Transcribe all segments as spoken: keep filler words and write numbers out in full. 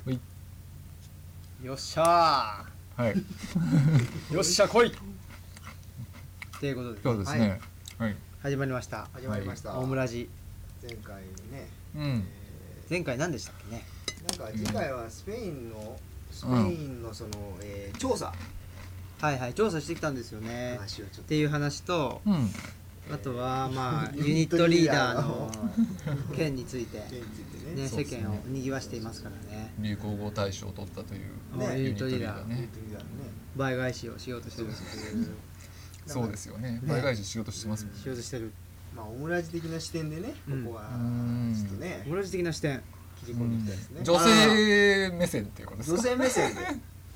いよっしゃはいーよっしゃ来いということで、 そうですね、はい、 始まりました始まりました、 大村寺。 前回ね、 うん、 え前回何でしたっけね。 ー、なんか次回はスペインの、スペインのその、えー、調査はいはい、調査してきたんですよね話をちょっとっていう話と、 うん、 あとはまあユニットリーダーの件について件についてねね、世そうですね間を賑わしていますからね。 流行語大賞を取ったというねユニットリーダーユニッねトリーダーのね倍返しをしようとしてるそうですよね、 ね倍返ししようとしてますもんね。 しようとしてるまあオムラジ的な視点でね、 うんここはうんちょっとねオムラジ的な視点。 切り込んでいきたいですね、 女性目線っていうことですか。 女性目線でもう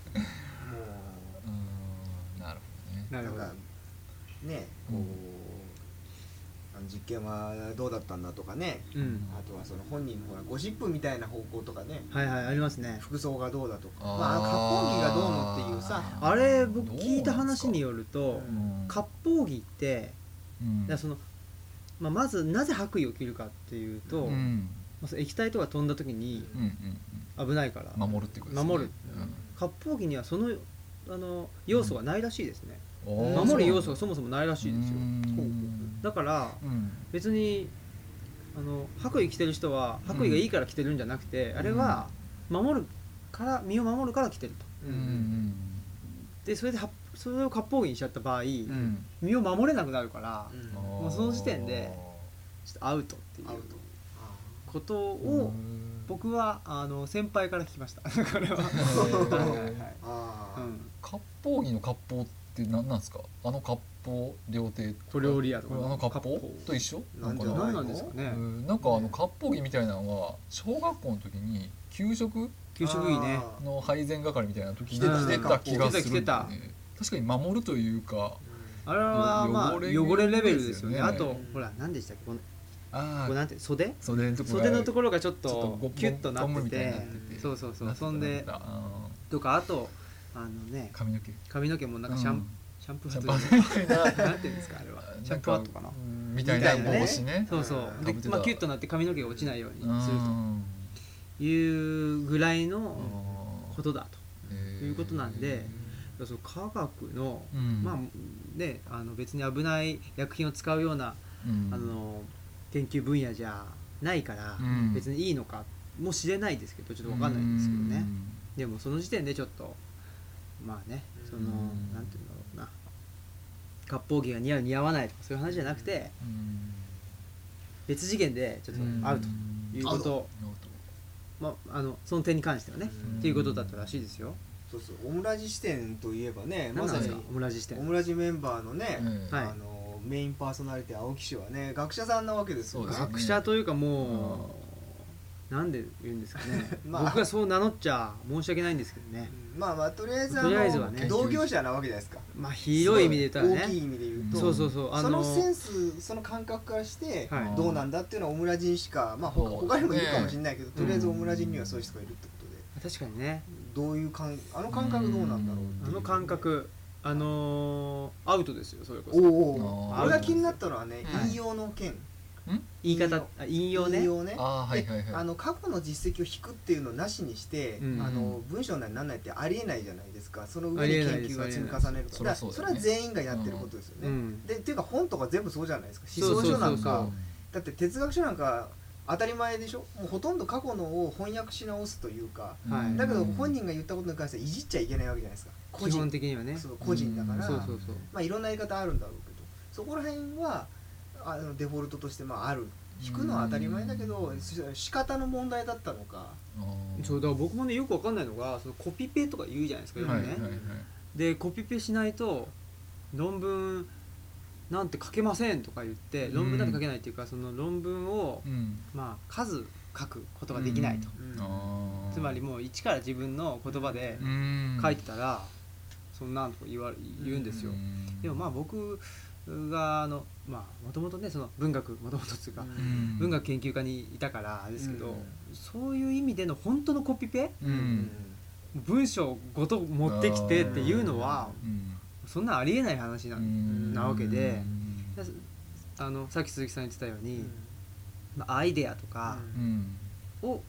ーん、なるほどね。 なるほど。 うなんかねこう、 うんあの実験はどうだったんだとかね、 うんあとはその本人のほらゴシップみたいな方向とかね、 はいはい、ありますね。 服装がどうだとか、 あーまあ割烹着がどうのっていうさ、 あれ僕聞いた話によるとうん割烹着ってうんだからその、まあ、まずなぜ白衣を着るかっていうと、まうんあ、その液体とか飛んだ時にうんうん危ないからうん、守るっていうことですね。 守る割烹着にはそのあの要素がないらしいですね、 うん守る要素がそもそもないらしいですよ。 うんだからうん別にあの白衣着てる人は白衣がいいから着てるんじゃなくて、 うんあれは守るから身を守るから着てると。 うんうんでそれではそれを割烹着にしちゃった場合、 うん身を守れなくなるから、 うんもうその時点でちょっとアウトっていうアウトことあーを僕はあの先輩から聞きました。これははいはいはいああ、 うん割烹着の割烹って何なんですか。あの割烹料亭小料理屋とかこれあの割割烹烹と一緒なんじゃか何なんですかね。 うんなんかあの割烹着みたいなのは小学校の時に給食給食いいね。 あーの配膳係みたいな時に着てた着てた気がするんで、 着てたね、確かに守るというかあれはまあ汚れ汚れレベルですよね。 ですよねあとほら何でしたっけ、このああこうなんて袖袖のとこ袖のところがちょっちょっととゴキュッとなってゴムみたいにてなっててそうそうそう、 なってたそんでなってたあとか、あとあのねー髪の毛髪の毛もなんかシャン,、 うんシャンプーシャンハッパーみたいなトなんていうんですかあれはシャンプーハットかなうんみたいな帽子ねそうそううんで被ってたまあキュッとなって髪の毛が落ちないようにするうんというぐらいのあことだーへーということなんで、その科学の、 うんまあね、あの別に危ない薬品を使うような、 うんあの研究分野じゃないから、 うん別にいいのかもしれないですけどちょっと分かんないんですけどね。でもその時点でちょっとまあね、そのうんなんていうんだろうな、割烹着が似合う似合わないとかそういう話じゃなくて、 うん別次元でちょっと合うということ、まあ、あのその点に関してはね、 うんっていうことだったらしいですよ。 そうそうオムラジ視点といえばね、まさに何なんですかオムラジ視点。 オムラジメンバーのね、 うんはいあのメインパーソナリティ青木氏はね学者さんなわけですよね。 そうですね学者というかもう、なんで言うんですかね、 まあ僕がそう名乗っちゃ申し訳ないんですけどね、 うんまあまあとりあえずあとりあえずはの、 ね同業者なわけじゃないですか。 まあ広い意味で言ったらね、 大きい意味で言うと、 そうそうそう、あそののセンスその感覚からしてはいどうなんだっていうのはオムラジにしか、まあ他そう他にもいるかもしれないけど、とりあえずオムラジにはそういう人がいるってことで、 確かにね、 どういう感あの感覚どうなんだろうっていうあの感覚、あのー、アウトですよ、それこそ。 おおあー俺が気になったのはね、 はい引用の件、 言い方、あ引用ね。 引用ねあーはいはいはいであの過去の実績を引くっていうのをなしにして、 うんあの文章なりなんないってありえないじゃないですか。その上ありにえないです研究が積み重ねるとそりゃそうだよねそれは全員がやってることですよね、 うんでっていうか本とか全部そうじゃないですか。 そう思想書なんそうそうかだって哲学書なんか当たり前でしょ。もうほとんど過去のを翻訳し直すというか、 はいだけど本人が言ったことに関してはいじっちゃいけないわけじゃないですか。個基人本的にはね。 そう個人だから、 そうそうそう。 まあいろんな言い方あるんだろうけど、そこら辺はあのデフォルトとしてまあある。引くのは当たり前だけど、仕方の問題だったのか。 そうだから僕もねよくわかんないのが、そのコピペとか言うじゃないですか、よくね。 はいはいはいでコピペしないと論文なんて書けませんとか言って、 うん論文なんて書けないっていうか、その論文を、 うんまあ数書くことができないと、 うんあーつまりもう一から自分の言葉でうん書いてたら、そんなんとか言わ言うんですよ。 うんでもまあ僕があのまあもともとねその文学もともとつうか、 うん文学研究家にいたからあれですけど、 うんそういう意味での本当のコピペ、 うん文章ごと持ってきてっていうのはうんそんなありえない話な,、 うんなわけで、 うんあのさっき鈴木さん言ってたように、まあ、アイデアとかうんを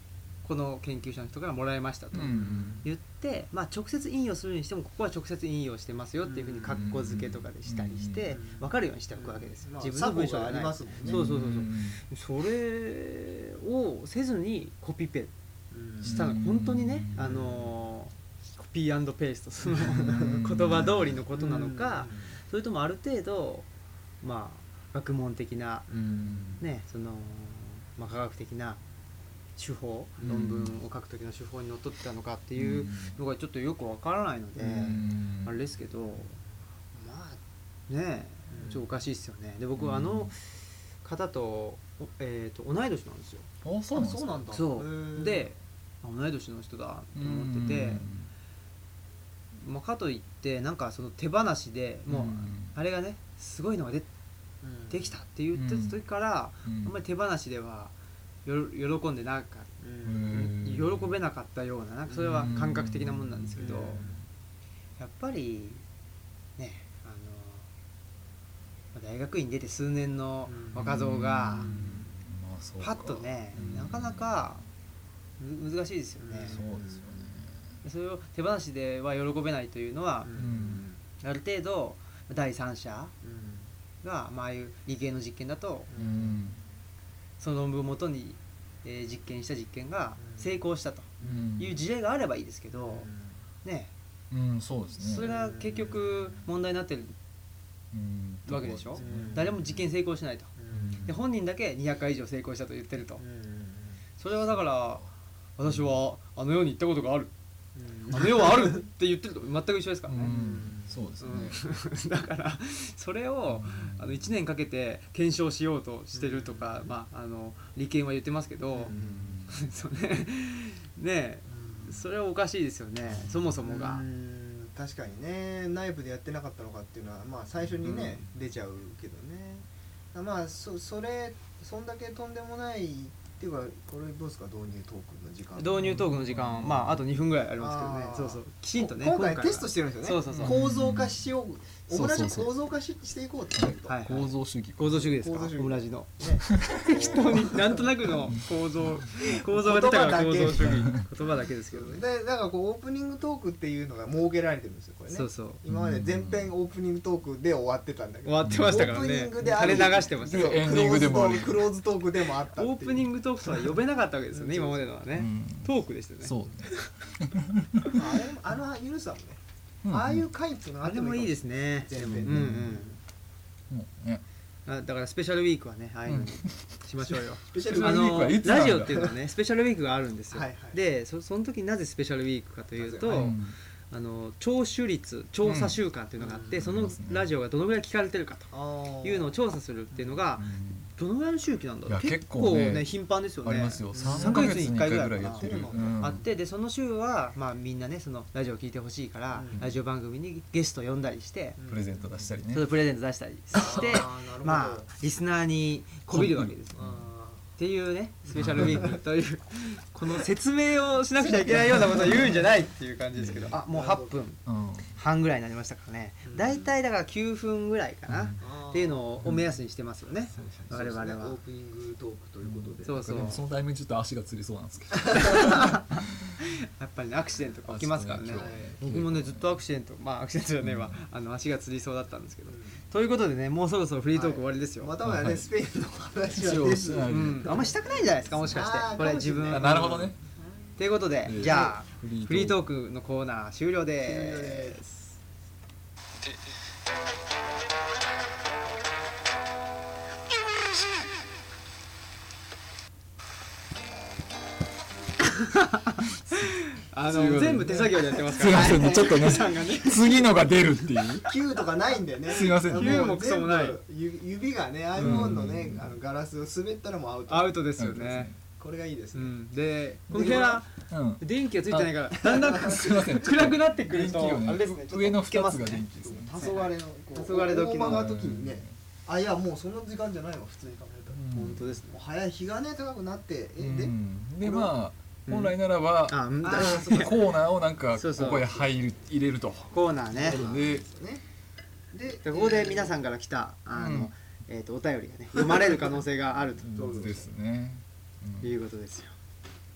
この研究者の人からもらいましたとうん言って、まあ、直接引用するにしてもここは直接引用してますよっていうふうに括弧付けとかでしたりして分かるようにしておくわけですよ、 まあ自分の文章作法がありがないますもんね。 そうそうそうそうそれをせずにコピペうんしたのが本当にね、あのーコピー&ペーストそのん言葉通りのことなのか、それともある程度まあ学問的なうんねその、まあ、科学的な手法、 うん論文を書く時の手法にのっとってたのかっていうのがちょっとよくわからないので、 うんあれですけどまあねちょっとおかしいですよね。で僕はあの方と、おえー、と同い年なんですよ。 あそうなんですかそうなんだ。 そうへーで同い年の人だと思ってて、まあ、かといってなんかその手放しでもうあれがねすごいのがでうんできたって言ってた時から、 うんあんまり手放しではよ喜んでなんかうん喜べなかったようななんかそれは感覚的なもんなんですけど、 うんやっぱりねあのまあ大学院出て数年の若造がうんまあそうかパッとねうんなかなかむ難しいですよね。 そうですよねそれを手放しでは喜べないというのはうんある程度第三者うんが、まあああいう理系の実験だとうんその論文をもとに、えー実験した実験が成功したとうんいう事例があればいいですけど、ねうんそうですねそれが結局問題になってるうんわけでしょ、 うん誰も実験成功しないと。 うんで本人だけにひゃっかい以上成功したと言ってると。 うんそれはだから私はあの世に行ったことがある、 うんあの世はあるって言ってると全く一緒ですからね、 うんそうですねうんだからそれをあのいちねんかけて検証しようとしてるとか、まあ、あの理研は言ってますけど、それねえそれはおかしいですよねそもそもがう。ん確かにね内部でやってなかったのかっていうのはまあ最初にね、出ちゃうけどねまあそそれそんだけとんでもないっていうかこれどうですか導入トークの時間導入トークの時間、まああとにふんぐらいありますけどねあーそうそうきちんとねは今回テストしてるんですよねそうそうそう構造化しようオムラジをそうそうそう構造化ししていこうっていうと、 はい構造主義構造主義ですか構造主義オムラジのね適当になんとなくの構造構造が出たから構造主義言葉だけですけどねでだからこうオープニングトークっていうのが設けられてるんですよこれねそうそう今まで全編オープニングトークで終わってたんだけど終わってましたからオープニねングである垂れ流してましたでエンディングでもあるクローズトーククローズトークでもあったっていうオープニングトークとは呼べなかったわけですよね今までのはね、 うんトークでしたよねそうねあれもあのユルさんもね、 うんああいう回っていうのがああれもいいですすね全編でもうんうんもうねあだからスペシャルウィークはねああいうのにしましょうよ、 スペシャルあスペシャルウィークのはいつなんだラジオっていうのはねスペシャルウィークがあるんですよ、 はいはいで そ, その時になぜスペシャルウィークかというと、 はいうんあの聴取率調査週間っていうのがあって、 うんそのラジオがどのぐらい聞かれてるかあというのを調査するっていうのがどのぐらいの周期なんだろういや結構ね結構ね頻繁ですよねありますよさんさんかげつかげつに1 にいっかいぐ回ぐらいかならいやってるそうなんうんあってでその週は、まあ、みんなねそのラジオを聞いてほしいから、 うんラジオ番組にゲスト呼んだりして、 うんプレゼント出したりねそれプレゼント出したりしてあーなるほどまあリスナーにこびるわけですよ、 あっていうねスペシャルウィークというこの説明をしなくちゃいけないようなことを言うんじゃないっていう感じですけどあもうはっぷんうんはんぐらいになりましたからねうんだいたいだからきゅうふんぐらいかな、 うんーっていうのを目安にしてますよね、 そう我々はですねオープニングトークということで、 そうそうでもそのタイミングちょっと足がつりそうなんですけどやっぱりねアクシデントが起きますからねあちょっとね僕もねずっとアクシデントまあアクシデントじゃねえわ、あの足がつりそうだったんですけど、 うということでねもうそろそろフリートーク終わりですよ、 んまたまたね、 はいスペインの話は一応出ずはいうん、あんましたくないんじゃないですかもしかしてあーこれかもしれない自分あなるほどねということで、 えーじゃあフリートークフリートークのコーナー終了で終了すですあということでの全部手作業でやってますからすいませんねちょっとねさんがね次のが出るっていうキューとかないんだよねすいませんもうキューもクソもない全部指指がね iPhone のねあのガラスを滑ったらもうアウトアウトですよね、 これがいいですね、 うん、でこの部屋うん電気がついてないからだんだんすいません暗くなってくると電気をねあれですねちょっと上のつけふたつがますね電気ですね黄昏のこう黄昏時の大間が時にねあいやもうその時間じゃないわ普通に考えたら、 うん本当ですねもう早い日がね高くなってえで、 うんでこれはまあ本来ならばあうんあだーそうかコーナーをなんかそうそうここへ入る入れるとコーナーねでねででここで皆さんから来たあの、 うんえー、とお便りがね読まれる可能性があるそうですねということですよ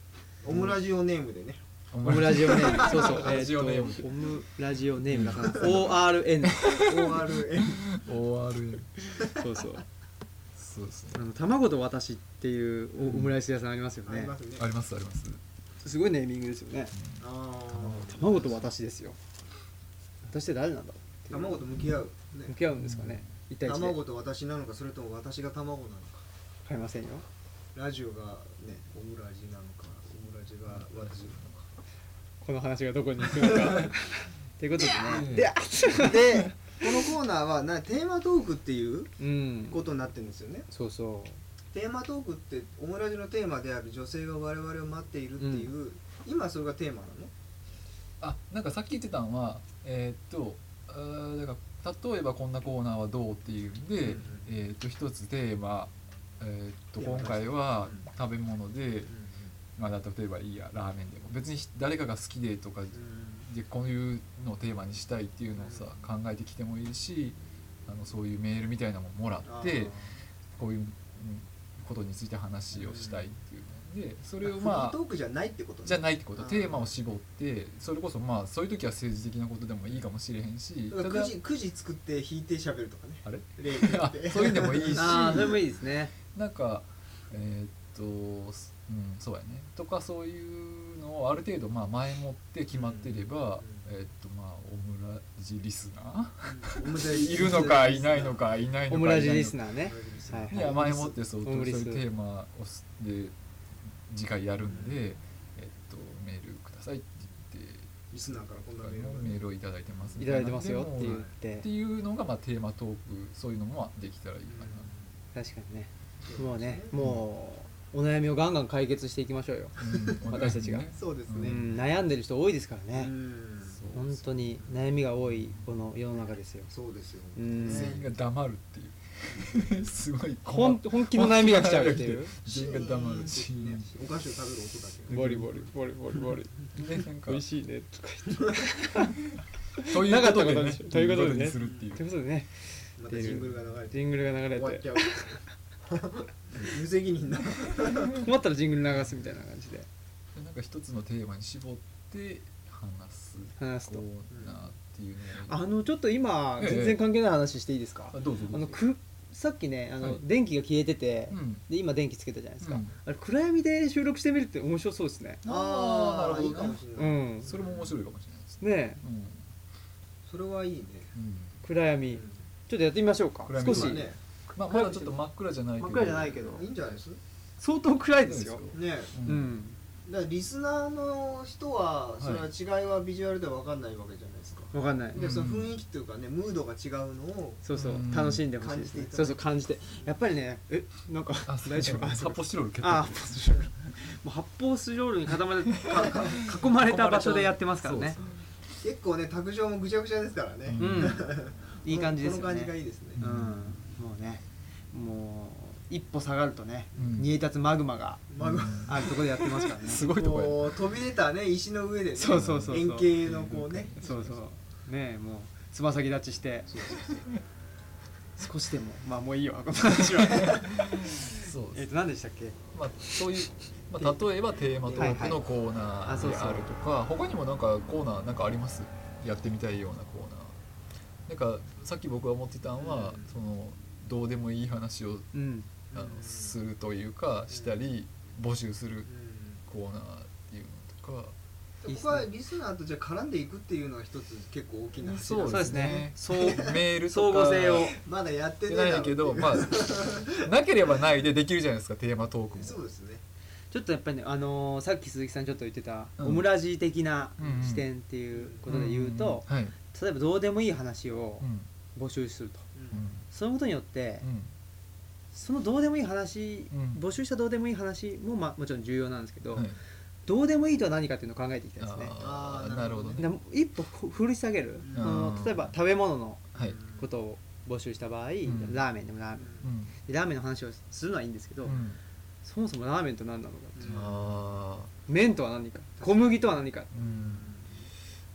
オムラジオネームでねオムラジオネームそうそうラジオネームえーとオムラジオネームだから オーアールエヌオーアールエヌオーアールエヌそうそうそうですねあの卵と私っていうオムライス屋さんありますよねありますねありますありますすごいネーミングですよねあー卵と私ですよ私って誰なんだ卵と向き合う、ね、 向き合うんですかね一対一で卵と私なのかそれとも私が卵なのか買いませんよラジオがねオムラジなのかオムラジが私なのかこの話がどこに行くのかということでねでででこのコーナーはなテーマトークっていううんことになってるんですよねそうそテーマトークってオムラジのテーマである女性が我々を待っているっていう、うん、今それがテーマなのあなんかさっき言ってたのはえー、っとあーだから例えばこんなコーナーはどうっていうんで、うんうん、えー、っと一つテーマ、えー、っと今回は食べ物で、うんうんまあ、例えばいいやラーメンでも別に誰かが好きでとかでこういうのをテーマにしたいっていうのをさ考えてきてもいいしあのそういうメールみたいなのももらってこういうことについて話をしたいっていうのでそれをまあフリートークじゃないってことねじゃないってことテーマを絞ってそれこそまあそういう時は政治的なことでもいいかもしれへんしただくじくじ作って弾いて喋るとかねあれあそういうのもいいしあそれもいいですねなんかえー、っとうんそうやねとかそういうのをある程度まあ前もって決まってれば、うんうん、えー、っとまあオムラジリスナー、うん、いるのかいないのかいないのかオムラジリスナーねいや前もってそうそういうテーマをで次回やるんで、えっと、メールくださいって言ってリスナーからこんなメールメールをいただいてますいただいてますよって言ってっていうのがまあテーマトークそういうのもできたらいいかな、うん、確かにねもうねもうお悩みをガンガン解決していきましょうよ、うん、私たちがそうですね、 うん、悩んでる人多いですからね、うん、 本当に悩みが多いこの世の中ですよそうですよ、 うん、全員が黙るっていうすごい本気の悩みが来ちゃうっていう全員が黙るし、 ね、お菓子を食べる音だけボリボリボリボリボリ美味しいねとか言ってということでねということでねするっていうということでねまたジングルが流れてジングルが流れて終わっちゃう無責任だ困ったらジングル流すみたいな感じでなんか一つのテーマに絞って話す話すとコーナーっていうのをあのちょっと今全然関係ない話していいですか、 ええ、どうぞどうぞあのくさっきねあの、はい、電気が消えてて、うん、で今電気つけたじゃないですか、うん、あれ暗闇で収録してみるって面白そうですねああなるほどいいかもしれない、 うん、それも面白いかもしれないですねね、 うん、それはいいね、 うん、暗闇、うん、ちょっとやってみましょうか少し、 ねまあ、まだちょっと真っ暗じゃないけど真っ暗じゃないけどいいんじゃないです相当暗いですよね、うん、だからリスナーの人はそれは違いはビジュアルでは分かんないわけじゃないですか分かんないでその雰囲気っていうかねムードが違うのをそうそう楽しんでほしいですねそうそう感じてやっぱりねえなんか大丈夫発泡スチロール結構あ発泡スチロールもう発泡スチロールに固まれ囲まれた場所でやってますからね結構ね卓上もぐちゃぐちゃですからねうんいい感じですよねこの感じがいいですねうんもうねもう一歩下がるとね、うん、煮え立つマグマがあるところでやってますからねすごいところ飛び出たね石の上でねそうそうそうそう円形のこうねそうそうねもうつま先立ちしてそうそうそう少しでもまあもういいよこの話はそうえっと何でしたっけ、 まあ、そういう、まあ、例えばテーマトークのコーナーであるとか他にもなんかコーナーなんかありますやってみたいようなコーナーなんかさっき僕が思ってたのは、うん、そのどうでもいい話を、うんあのするというかしたり募集するコーナーっていうのとかここはリスナーとじゃあ絡んでいくっていうのが一つ結構大きな話そうですねそうメールとか相互性をまだやってないけどまあなければないでできるじゃないですかテーマトークもそうですねちょっとやっぱりね、あのー、さっき鈴木さんちょっと言ってた、うん、オムラジ的な視点っていうことで言うと、うんうんはい、例えばどうでもいい話を募集すると、うん、そのことによって、うんそのどうでもいい話、うん、募集したどうでもいい話も、まあ、もちろん重要なんですけど、はい、どうでもいいとは何かっていうのを考えていきたいですね。 ああなるほどね。 一歩振り下げる、うん、例えば食べ物のことを募集した場合、うん、ラーメンでもラーメン、うん、ラーメンの話をするのはいいんですけど、うん、そもそもラーメンと何なのかっていう、うん、麺とは何か小麦とは何か、うん、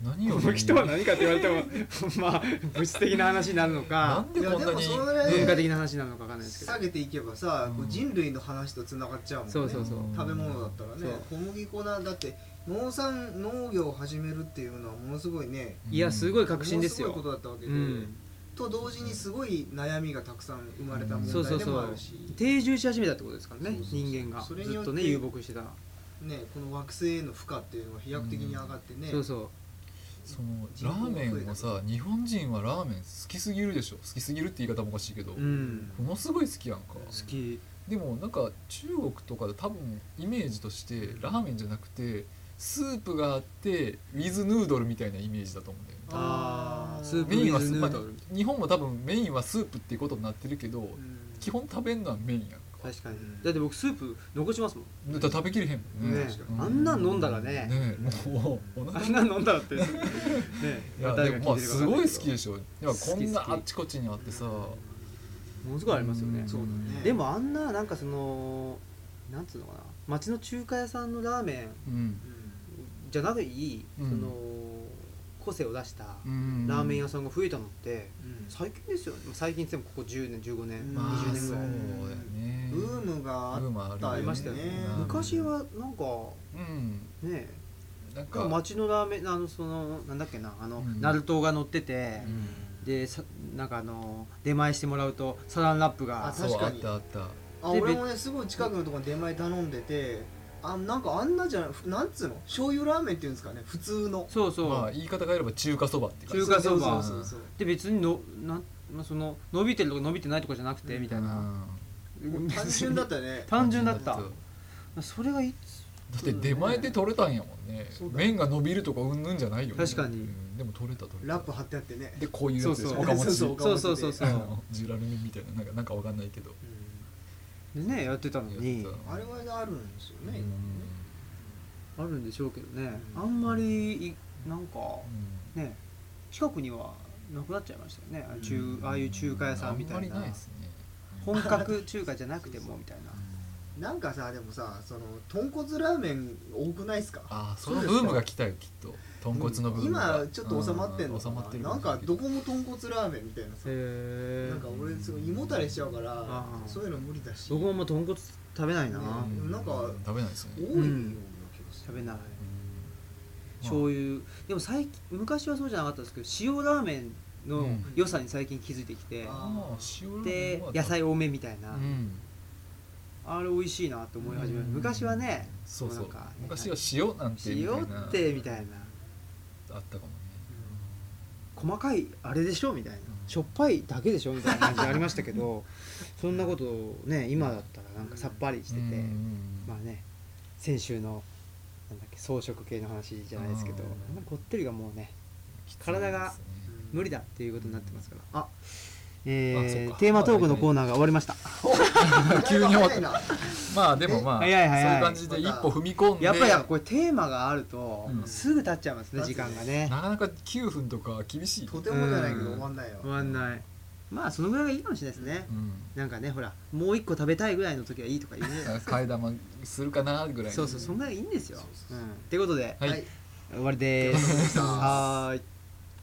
何よりこの人は何かって言われてもまあ物質的な話になるのなかんでこんなにいやでもそれ文化的な話になるのか分かんないですけど下げていけばさ、 うんこう人類の話とつながっちゃうもんね。 そうそうそう食べ物だったらね、小麦粉なだって農産農業を始めるっていうのはものすごいね、 いやすごい革新ですよものすごいことだったわけで、 うんと同時にすごい悩みがたくさん生まれた問そうそう題でそうもあるし、 定住し始めたってことですからねそうそうそう人間がそれによってずっとね遊牧してたね、この惑星への負荷っていうのが飛躍的に上がってね、 そうそうそのラーメンをさ日本人はラーメン好きすぎるでしょ。好きすぎるって言い方もおかしいけど、 うんものすごい好きやんか。 好きでもなんか中国とかで多分イメージとしてラーメンじゃなくてスープがあってウィズヌードルみたいなイメージだと思うんだよね。 あーースープメインはウィズヌーまあドル日本も多分メインはスープっていうことになってるけど、 うん基本食べんのはメインやんか。 確かにうんだって僕スープ残しますもんだから食べきれへんもんね。 ねうあんなん飲んだらねねもうお腹あんなん飲んだらってねいやでもまあすごい好きでしょ。いやこん好き好きなあっちこっちにあってさ。 ものすごいありますよねうんそうだね。 でもあんななんかそのなんつうのかな町の中華屋さんのラーメンうんじゃなくていい、 うんその個性を出したうんラーメン屋さんが増えたのってうん最近ですよね最近って言ってもここじゅうねんじゅうごねん、 まあにじゅうねんぐらい、 そうだよね。 ブームがあブームあるったよね。 ありましたよねうん昔はなんかうんねなんか町のラーメンあのそのなんだっけなあの、 うんナルトが乗ってて、 うんでさなんかあの出前してもらうとサランラップがあそう確かにあったあった。 あで俺もねすごい近くのところに出前頼んでて、あなんかあんなじゃふなんつうの醤油ラーメンっていうんですかね普通の。 そうそう、 まあ言い方変えれば中華そばって感じ。 中華そばそうそうそうで別にのなんまあその伸びてるとか伸びてないとかじゃなくて、 うんみたいな、 そう単純だったよね。 単純だっただそれがいつって出前で取れたんやもんねそう。だ麺が伸びるとかうんぬんじゃないよね。 確かにうんでも取れた取れた。 ラップ貼ってあってね。 でこういうやつでしょ。 そうそう岡持ち。 そうそうそうそうそうあのジュラルミンみたいななんかなんかわかんないけど。 でねやってたのにやってたあれはあるんですよね。 うんあるんでしょうけどね、 うんあんまりいなんかうんね近くにはなくなっちゃいましたよね、ああいう中うんああいう中華屋さんみたいあんまりなないですね。 本格中華じゃなくてもみたいななんかさでもさその豚骨ラーメン多くないですか。 ああそのブームが来たよきっと。豚骨のブームが。 今ちょっと収まってんのかうん収まってるな。なんかどこも豚骨ラーメンみたいなさ。 へなんか俺すごい胃もたれしちゃうからあーそういうの無理だし。 僕ももう豚骨食べないな、 ねうんなんか食べないですね。 多いような気がする。 食べないうん醤油でも最近昔はそうじゃなかったですけど塩ラーメンの良さに最近気づいてきて、 あああ塩ラーメンでは野菜多めみたいな、 うんあれ美味しいなと思い始める、 うん昔はねそうそうなんか昔は塩なんてみたい塩なってみたいなあったかもね。 細かいあれでしょみたいな、 んしょっぱいだけでしょみたいな感じありましたけどそんなことをね今だったらなんかさっぱりしてて、 うんまあね先週のなんだっけ草食系の話じゃないですけど、 うんあんなこってりがもうねきついですね体が無理だっていうことになってますから、あえあそうかーテーマトークのコーナーが終わりました。 急に終わったな。 まあでもまあそう早い早いいう感じで一歩踏み込んでやっぱりこれテーマがあるとうんすぐ経っちゃいますね、時間がねなかなかきゅうふんとか厳しい。 とてもじゃないけど終わんないよ。 終わんない。まあそのぐらいがいいかもしれないですね、 うんなんかねほらもう一個食べたいぐらいの時はいいとか言うね替え玉するかなぐらい。 そうそうそんぐらいいいんですよそうそううんってことではいはい。 終わりでーすはーい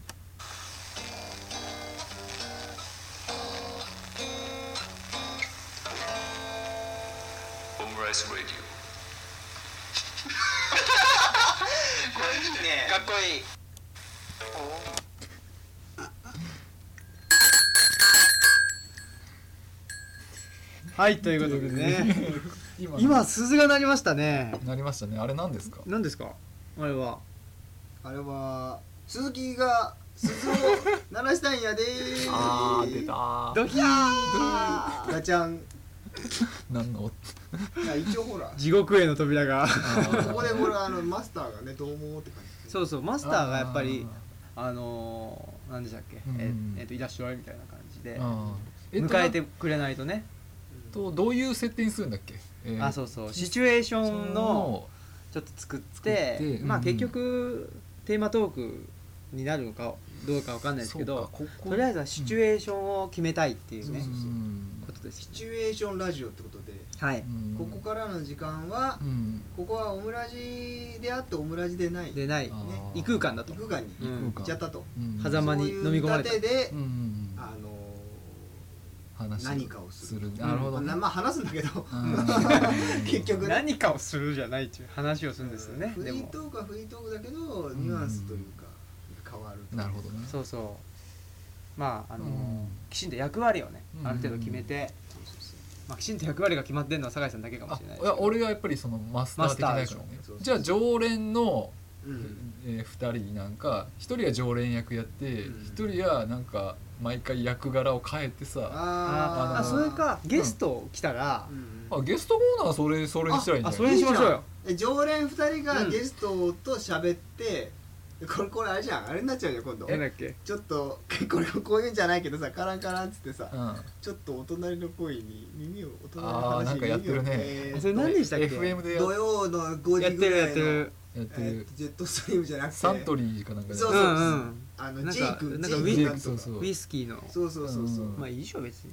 オムライスラディこれいいね。 オかっこいいはいということでね今今鈴が鳴りましたねなりましたね。あれ何ですか。 何ですかあれはあれは鈴木が鈴を鳴らしたんやでー。 あー出たー。 ドキャーガチャン。 何の。 いや一応ほら。 地獄への扉がここでこれあのマスターがねどうもって感じ。 そうそうマスターがやっぱりあのー、何でしたっけ、 うんええっといらっしゃいみたいな感じであー迎えてくれないとね、 とどういう設定にするんだっけ。えーあそうそうシチュエーションのちょっと作って作ってまあうん結局テーマトークになるのかどうかわかんないですけど、 そうかこことりあえずはシチュエーションを決めたいっていうね、 そうそうそうことですシチュエーションラジオってことで、 はい、 ここからの時間は、 うんここはオムラジであってオムラジでないでないあー異空間だと異空間にうん行っちゃったと、 うん狭間に飲み込まれたそういう立てで、 うんうんあの話何かをするなるほどねまあ、まあ話すんだけどうん結局ね何かをするじゃないっていう話をするんですよね、 フリーでもトークはフリートークだけどニュアンスというか変わるとなるほどねそうそうまああの、 うんきちんと役割をねうんある程度決めて、 そうそうそうまあ、きちんと役割が決まってるのは酒井さんだけかもしれないですけどあいや俺はやっぱりそのマスター的な役割ねマスターでしょじゃあ常連の、 うんえー、ふたりなんかひとりは常連役やってうんひとりはなんか毎回役柄を変えてさあーああそれかゲスト来たら、 うんうんあゲストコーナーそれそれにしたらいいんじゃないあそれにしましょうよえ常連ふたりがうんゲストと喋って、これこれあれじゃんあれになっちゃうじゃん今度なんだっけちょっとこれこういうんじゃないけどさカランカランっつってさ、 うんちょっとお隣の声に耳をお隣のあー話になんかやってるね耳をえーっとそれ何でしたっけエフエム でや土曜のごやってるじぐらいのやってるやってるえーっとジェットストリームじゃなくてサントリーかなんかでそうそうそううんうんあのなんかジェイクなんかジェイクジェイなんとかクそうそうウイスキーのそうそうそうそう、 うんまあいいでしょ別に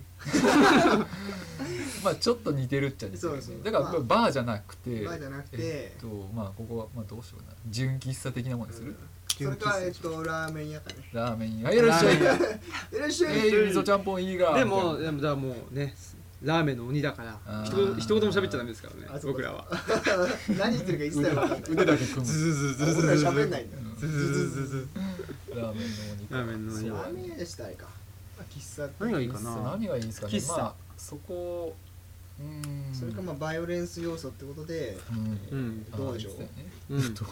まあちょっと似てるっちゃ似てるよねそうそうだからまあバーじゃなくてバーじゃなくてえっとまあここはまあどうしようかな純喫茶的なものにする、 それかえっとラーメン屋かねラーメン屋いらっしゃいラーいらっしゃい、 えー、味噌ちゃんぽんいいがでもみたいなでもだからもうねラーメンの鬼だからあー一言一言も喋っちゃダメですからねあそうか僕らは何言ってるか一切分かんない腕だけ組むズズズズズ俺らズ喋んないんだようんズズズズズラーメンの鬼かラーメンの鬼そうラーメン屋でしたらいいか、まあ、喫茶店何がいいかな何がいいですかね喫茶まあそこうーんそれかまあバイオレンス要素ってことでうんうんあー道場ですよねうん道場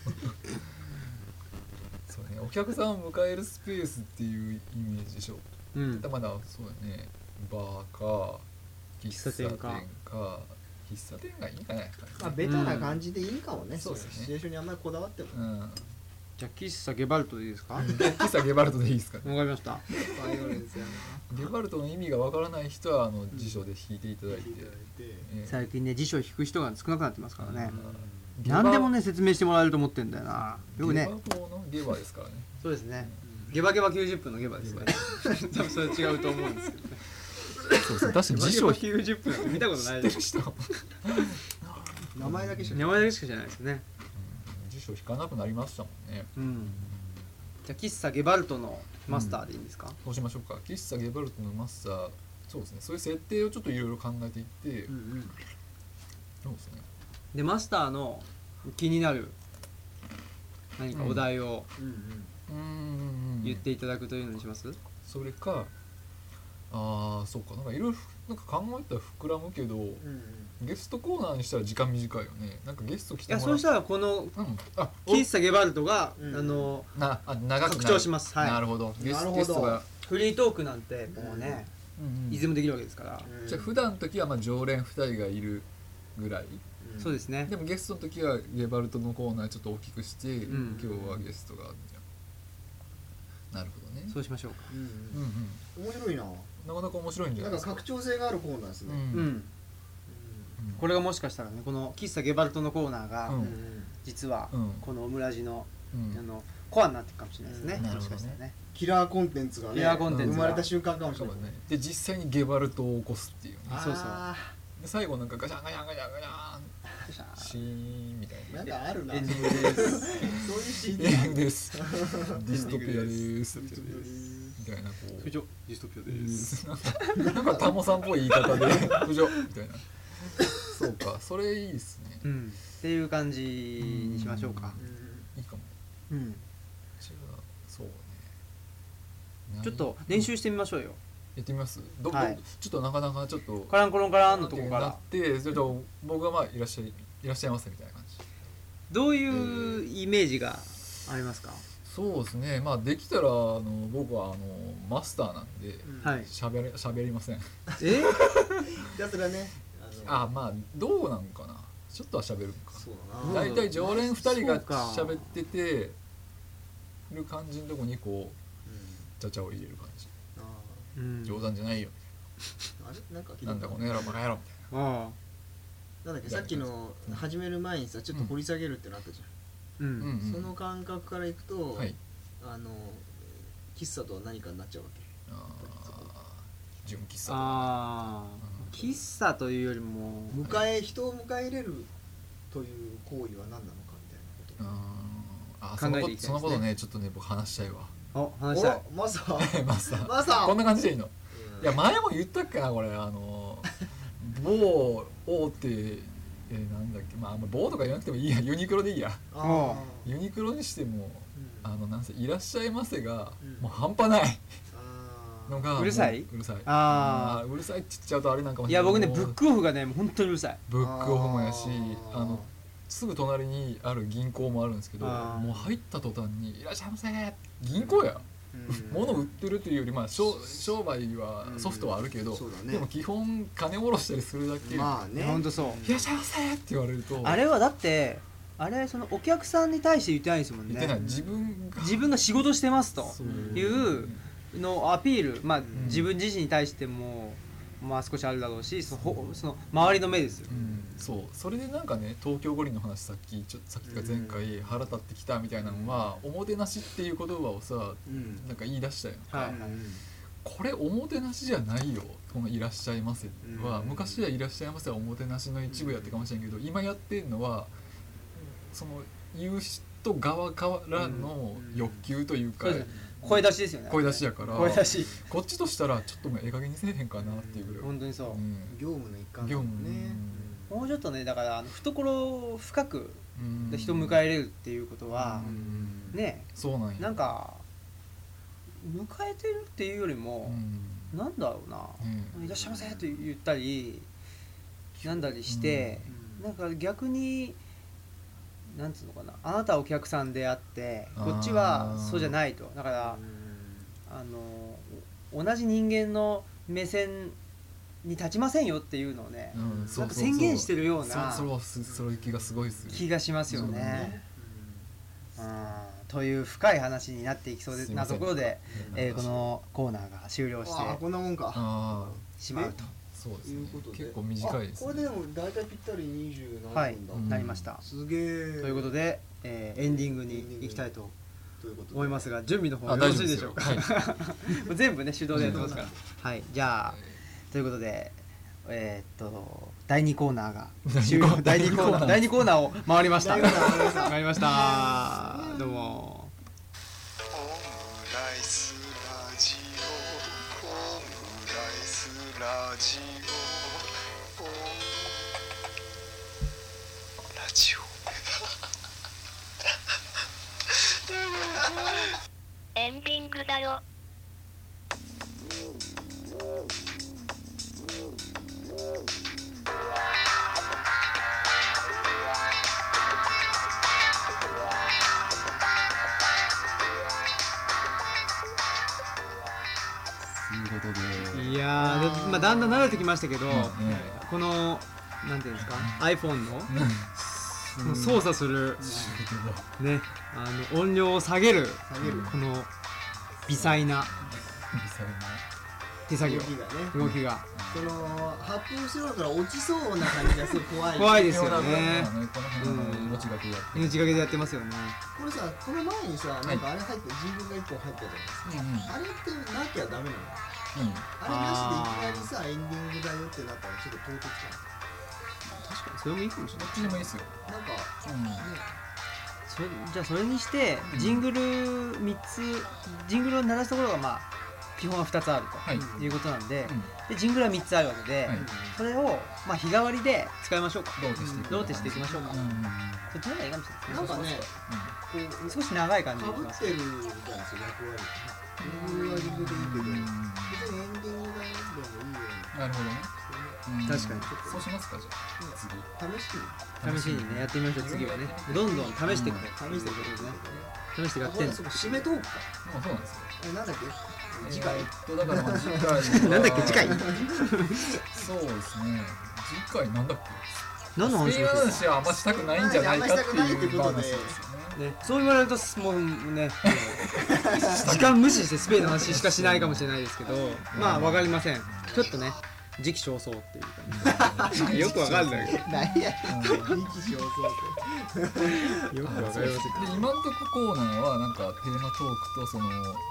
そうねお客さんを迎えるスペースっていうイメージでしょうんまだそうだねバーか喫茶店喫茶店かか喫茶店がいいかねやっぱりねまあベタな感じでいいかもね、 うんそういうシチュエーションにあんまりこだわっても、 うんじゃあ喫茶ゲバルトでいいですかわか喫茶ゲバルトでいいですかねりましたバイオレンスやなゲバルトの意味がわからない人はあの辞書で引いていただいて、 聞いていただいてええ最近ね辞書を引く人が少なくなってますからねゲバ何でもね説明してもらえると思ってんだよなよくねゲバ法のゲバですからねそうですねゲバゲバきゅうじゅっぷんのゲバですね多分それ違うと思うんですけどねそうそう確かに辞書を引ゲバゲバきゅうじゅっぷんなんて見たことないですいてる人名前だけしか名前だけしか知らないですね辞書引かなくなりましたもんねうんじゃあ喫茶ゲバルトのマスターでいいんですかそうしましょうか喫茶ゲバルトのマスターそうですねそういう設定をちょっといろいろ考えていって、 うんうんそうですねでマスターの気になる何かお題をうんうんうーん言っていただくというのにしますそれかああそうかなんかいろいろなんか考えたら膨らむけどうんうんゲストコーナーにしたら時間短いよねなんかゲスト来いてもらやそうしたらこのうんあ喫茶ゲバルトが、 うんあのなあ長くなる拡張しますはいなるほどゲスなるほどゲストが、 フリートークなんてもうね、 うんうんいつでもできるわけですから、 うんじゃあ普段の時はまあ常連ふたりがいるぐらいうんそうですねでもゲストの時はゲバルトのコーナーちょっと大きくして、 ん今日はゲストがみたいななるほどねそうしましょうかうんうんうん面白いなうんなかなか面白いんじゃななんいですかか拡張性があるコーナーですねうんうん、これがもしかしたらねこの喫茶ゲバルトのコーナーが、 うんうん実はうんこのオムラジの,、 うんあのコアになっていくかもしれないですね、 うんもしかしたらねキラーコンテンツがねキラーコンテンツが生まれた瞬間かもしれないそうだねで実際にゲバルトを起こすっていうねあーそうそうで最後なんかガシャンガシャンガシャンガシャンよっしゃシーンみたいななんかあるなエンディングですそういうシーンエンディングですディストピアですみたいなこう不条ディストピアえです、 ーなんかなんかタモさんっぽい言い方で「不条」みたいなそうかそれいいですねうん、っていう感じにしましょうかいいかもうんじゃあそうねちょっと練習してみましょうよやってみますど、どはいちょっとなかなかちょっとカランコロンカランのとこかならってそれと僕がまあいらっしゃいいらっしゃいませみたいな感じどういうイメージがありますか、 そうですねまあできたらあの僕はあのマスターなんではいしゃべりしゃべりませんえじゃあそれはねあのあまあどうなんかなちょっとはしゃべるかそうだな大体常連ふたりがそうか喋っててる感じのとこにこうちゃちゃを入れる感じあうん冗談じゃないよーあれなんか聞いたなんだこの野郎バカ野郎みたいあなんだっけさっきの始める前にさちょっと掘り下げるってなったじあうん、 な、うんうんゃんその感覚からいくとはいあの喫茶とは何かになっちゃうわけ。 あー純喫茶とかあー喫茶というよりも迎え人を迎え入れるという行為は何なのかみたいなこと。 あーあその考えていきたいですねことそのことねちょっとね僕話したいわお話したいおマサマスターマサこんな感じでいいのうんいや前も言ったっけなこれあの某大手えーなんだっけまああんま某とか言わなくてもいいやユニクロでいいやあユニクロにしてもーうんあのなんせいらっしゃいませがうんもう半端ないあーのがうるさいもううるさいあーうるさいって言っちゃうとあれなんかもしいやれない僕ねブックオフがねもう本当にうるさい。 ブックオフもやしあーあのすぐ隣にある銀行もあるんですけどあーもう入った途端に「いらっしゃいませ」銀行やうん物売ってるというよりまあ商商売はソフトはあるけど、 そうだねでも基本金下ろしたりするだけ「 まあねほんとそういらっしゃいませ」って言われるとあれはだってあれそのお客さんに対して言ってないですもんね。 言ってない自分が自分が仕事してますとそういうのをアピールまあん自分自身に対してもまあ少しあるだろうしそのほその周りの目ですよ。 うんそうそれでなんかね東京五輪の話さっきちょさっきか前回腹立ってきたみたいなのはおもてなしっていう言葉をさうんなんか言い出したよはいこれおもてなしじゃないよこのいらっしゃいませはうん昔はいらっしゃいませはおもてなしの一部やってかもしれんけど今やってんのはその言う人側からの欲求というかそうですね声出しですよね。 声出しやから声出し。 こっちとしたらちょっともうええ加減にせえへんかなっていうぐらい本当にそう。 うん業務の一環だ業もんね務もうちょっとねだからあの懐を深くうん人を迎え入れるっていうことはうんねそうなんやなんか迎えてるっていうよりうもんなんだろうなうんいらっしゃいませと言ったりなんだりしてなんか逆になんつうのかなあなたはお客さんであってこっちはそうじゃないとだからあの同じ人間の目線に立ちませんよっていうのをねうんそうなんかそうそう宣言してるようなそうそうすそういう気がすごいする気がしますよそうだねね。 うんという深い話になっていきそうですなすいませんところで、えーこのコーナーが終了してああこんなもんかああしまうとそうですねいうことで結構短いですねあこれでも大体ぴったりにじゅうはい何分だ、 うんなりました。 すげえということで、えーエンディングに行きたいとということで思いますが準備の方あよろ大丈夫でしいですしょうか。 はいもう全部ね手動でやってますから。はいじゃあということでえーっとだいにコーナーが終了だいにコーナーだいにコーナーを回りました。 だいにコーナー回りました回りました。どうも。 オムライスラジオオムライスラジオオムラジオエンディングだよ。 ということでいやーでまあだんだん慣れてきましたけど、 ねこのなんていうんですか iPhone のうんこの操作するねあの音量を下げる下げるこの微細な手作業動きがね動きがその発泡スチロールから落ちそうな感じがすごい怖い怖いですよねこの辺の命がけやって命がけでやってますよね。 これさこの前にさなんかあれ入ってジングルがいっぽん入ったじゃないですか、あれってなきゃダメなのうんうんあれなしでいきなりさエンディングだよってなったらちょっと唐突か確かにそれもいいかもしれない。 どっちでもいいですよななんかうんねそれじゃあそれにしてジングルみっつジングルを鳴らすところがまあ基本はふたつあるはいということなんで、 うんでジングルはみっつあるわけで、 はいそれをまあ日替わりで使いましょうか。 ローテしていくローテしていきましょうか。 うんうんうんそっちの方がいいかもしれないですね。 なんかねこう少し長い感じかにしますぶってるみたいですよ役割ジングルはジングルでいいけど別にエンディングだよでもいいよなるほどねうん確かにそうしますかじゃあ次試してみる試しにねやってみましょう。次はねどんどん試していく、 試してみることですね試してやってんのあこれそこ締めトークかもうそうなんですよえなんだっけ次回えーっとだからまあ次回はなんだっけ次回そうですね次回なんだっけ何の話スペインをしよう話はあんましたくないんじゃないかってあんましたくないっていうことで話ですよねね、そう言われるともうね時間無視してスペインの話しかしないかもしれないですけどまあわかりませんちょっとね時期尚早っていう感じよくわかんないけど何やうん人気少々ってよくわかりませんけで今んとこコーナーはなんかテーマトークとその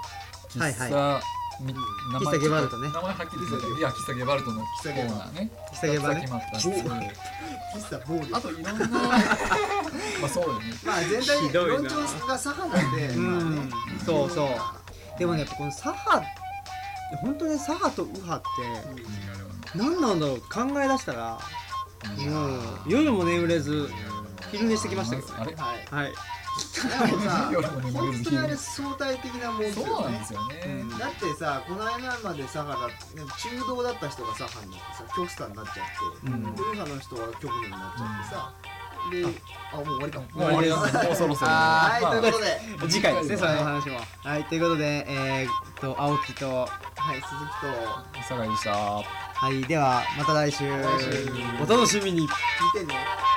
喫はい茶み名前喫茶ゲバルトね名前はっきり言っていや喫茶ゲバルトのコーナーね喫茶ゲバね決まったん喫です喫茶ボールあといろんなまあそうよねまあ全体にひどいな論調が左派なんで、 うまあねんそうそうでもねこの左派本当に左派と右派って何なんだろう考え出したらもう夜も眠れず昼寝してきましたけどねあれはいはいでもさ夜も眠れず本当にあれ相対的なもんですそうよねなんですよね、 うんだってさこの間まで左派だって中道だった人が左派になってさ極左になっちゃって、 うんで右派の人は極右になっちゃってさ、であもう終わりかももう終わりですもうそろそろはい、 まあということで次回ですねその話もはいということでえー、っと青木とはい鈴木と酒井でしたはいではまた来週来週お楽しみに見てね